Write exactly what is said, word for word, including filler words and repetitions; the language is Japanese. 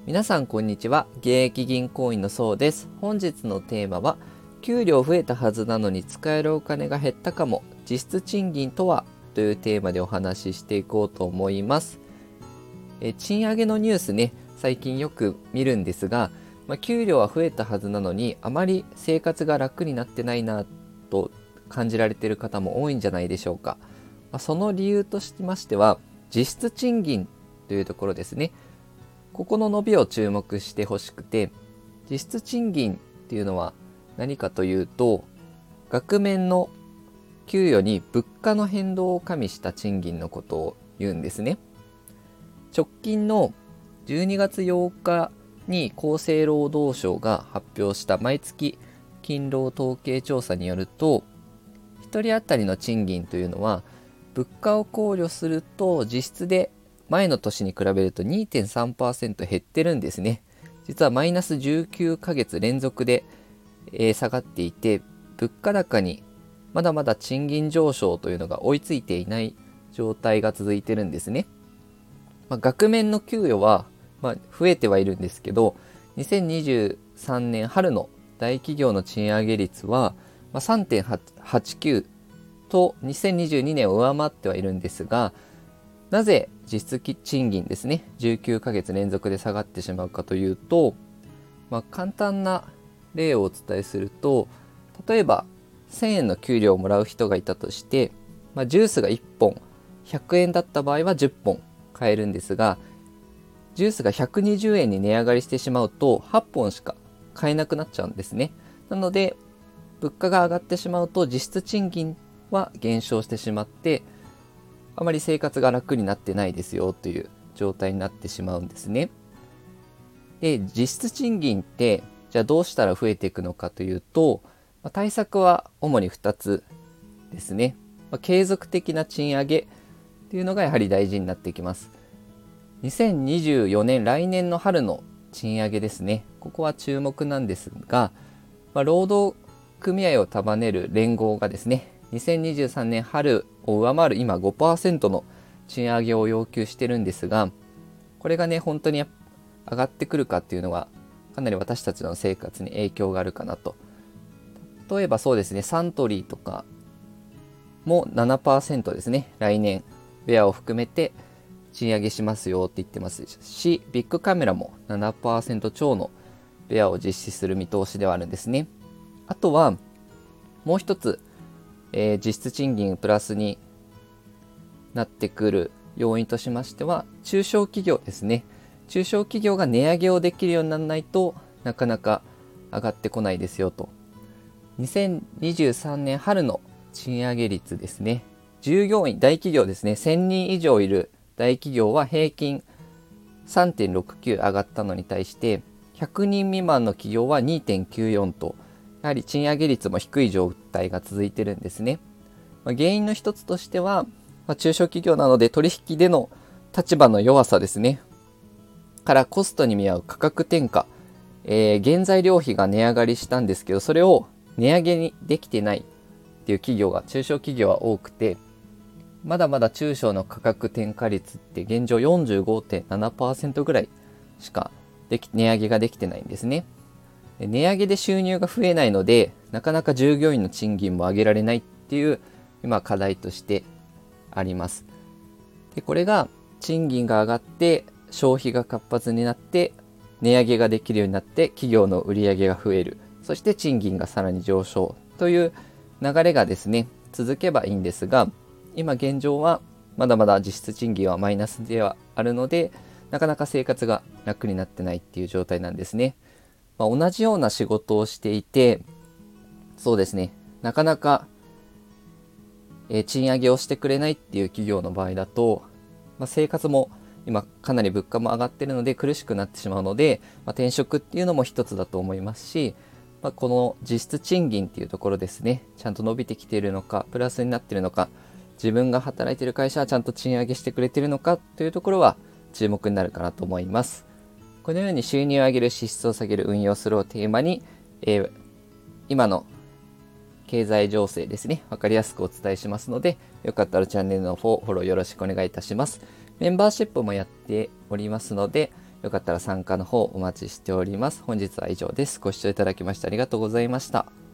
皆さんこんにちは。現役銀行員のそうです。本日のテーマは、給料増えたはずなのに使えるお金が減ったかも、実質賃金とはというテーマでお話ししていこうと思います。え賃上げのニュースね、最近よく見るんですが、まあ、給料は増えたはずなのにあまり生活が楽になってないなと感じられている方も多いんじゃないでしょうか。まあ、その理由としましては、実質賃金というところですね。ここの伸びを注目してほしくて、実質賃金っていうのは何かというと、額面の給与に物価の変動を加味した賃金のことを言うんですね。直近のじゅうにがつようかに厚生労働省が発表した毎月勤労統計調査によると、ひとり当たりの賃金というのは物価を考慮すると実質で前の年に比べると にてんさんパーセント 減ってるんですね。実はマイナスじゅうきゅうかげつ連続で、えー、下がっていて、物価高にまだまだ賃金上昇というのが追いついていない状態が続いてるんですね。まあ、額面の給与は、まあ、増えてはいるんですけど、にせんにじゅうさんねん春の大企業の賃上げ率は、まあ、さんてんはちきゅう とにせんにじゅうにねんを上回ってはいるんですが、なぜ実質賃金ですね、じゅうきゅうかげつ連続で下がってしまうかというと、まあ、簡単な例をお伝えすると、例えばせんえんの給料をもらう人がいたとして、まあ、ジュースがいっぽんひゃくえんだった場合はじゅっぽん買えるんですが、ジュースがひゃくにじゅうえんに値上がりしてしまうとはっぽんしか買えなくなっちゃうんですね。なので物価が上がってしまうと実質賃金は減少してしまって、あまり生活が楽になってないですよという状態になってしまうんですね。で、実質賃金ってじゃあどうしたら増えていくのかというと、まあ、対策は主にふたつですね。まあ、継続的な賃上げというのがやはり大事になってきます。にせんにじゅうよねん来年の春の賃上げですね。ここは注目なんですが、まあ、労働組合を束ねる連合がですね、にせんにじゅうさんねん春を上回る今 ごパーセント の賃上げを要求してるんですが、これがね本当に上がってくるかっていうのはかなり私たちの生活に影響があるかなと。例えばそうですね、サントリーとかも ななパーセント ですね、来年ベアを含めて賃上げしますよって言ってますし、ビッグカメラも ななパーセント 超のベアを実施する見通しではあるんですね。あとはもう一つ、えー、実質賃金プラスになってくる要因としましては、中小企業ですね。中小企業が値上げをできるようにならないとなかなか上がってこないですよと。にせんにじゅうさんねん春の賃上げ率ですね。従業員、大企業ですね、せんにん以上いる大企業は平均 さんてんろくきゅう 上がったのに対して、ひゃくにん未満の企業は にてんきゅうよん と、やはり賃上げ率も低い状態が続いてるんですね。まあ、原因の一つとしては、まあ、中小企業なので取引での立場の弱さですね。からコストに見合う価格転嫁、えー、原材料費が値上がりしたんですけど、それを値上げにできてないっていう企業が、中小企業は多くて、まだまだ中小の価格転嫁率って現状 よんじゅうごてんななパーセント ぐらいしかでき値上げができてないんですね。で、値上げで収入が増えないので、なかなか従業員の賃金も上げられないっていう今課題としてあります。で、これが賃金が上がって消費が活発になって値上げができるようになって企業の売り上げが増える、そして賃金がさらに上昇という流れがですね続けばいいんですが、今現状はまだまだ実質賃金はマイナスではあるので、なかなか生活が楽になってないっていう状態なんですね。まあ、同じような仕事をしていて、そうですね、なかなか、えー、賃上げをしてくれないっていう企業の場合だと、まあ、生活も今かなり物価も上がってるので苦しくなってしまうので、まあ、転職っていうのも一つだと思いますし、まあ、この実質賃金っていうところですね、ちゃんと伸びてきているのか、プラスになっているのか、自分が働いている会社はちゃんと賃上げしてくれているのかというところは注目になるかなと思います。このように収入を上げる、支出を下げる、運用するをテーマに、えー、今の経済情勢ですね、わかりやすくお伝えしますので、よかったらチャンネルのフォローよろしくお願いいたします。メンバーシップもやっておりますので、 よかったら参加の方お待ちしております。本日は以上です。ご視聴いただきましてありがとうございました。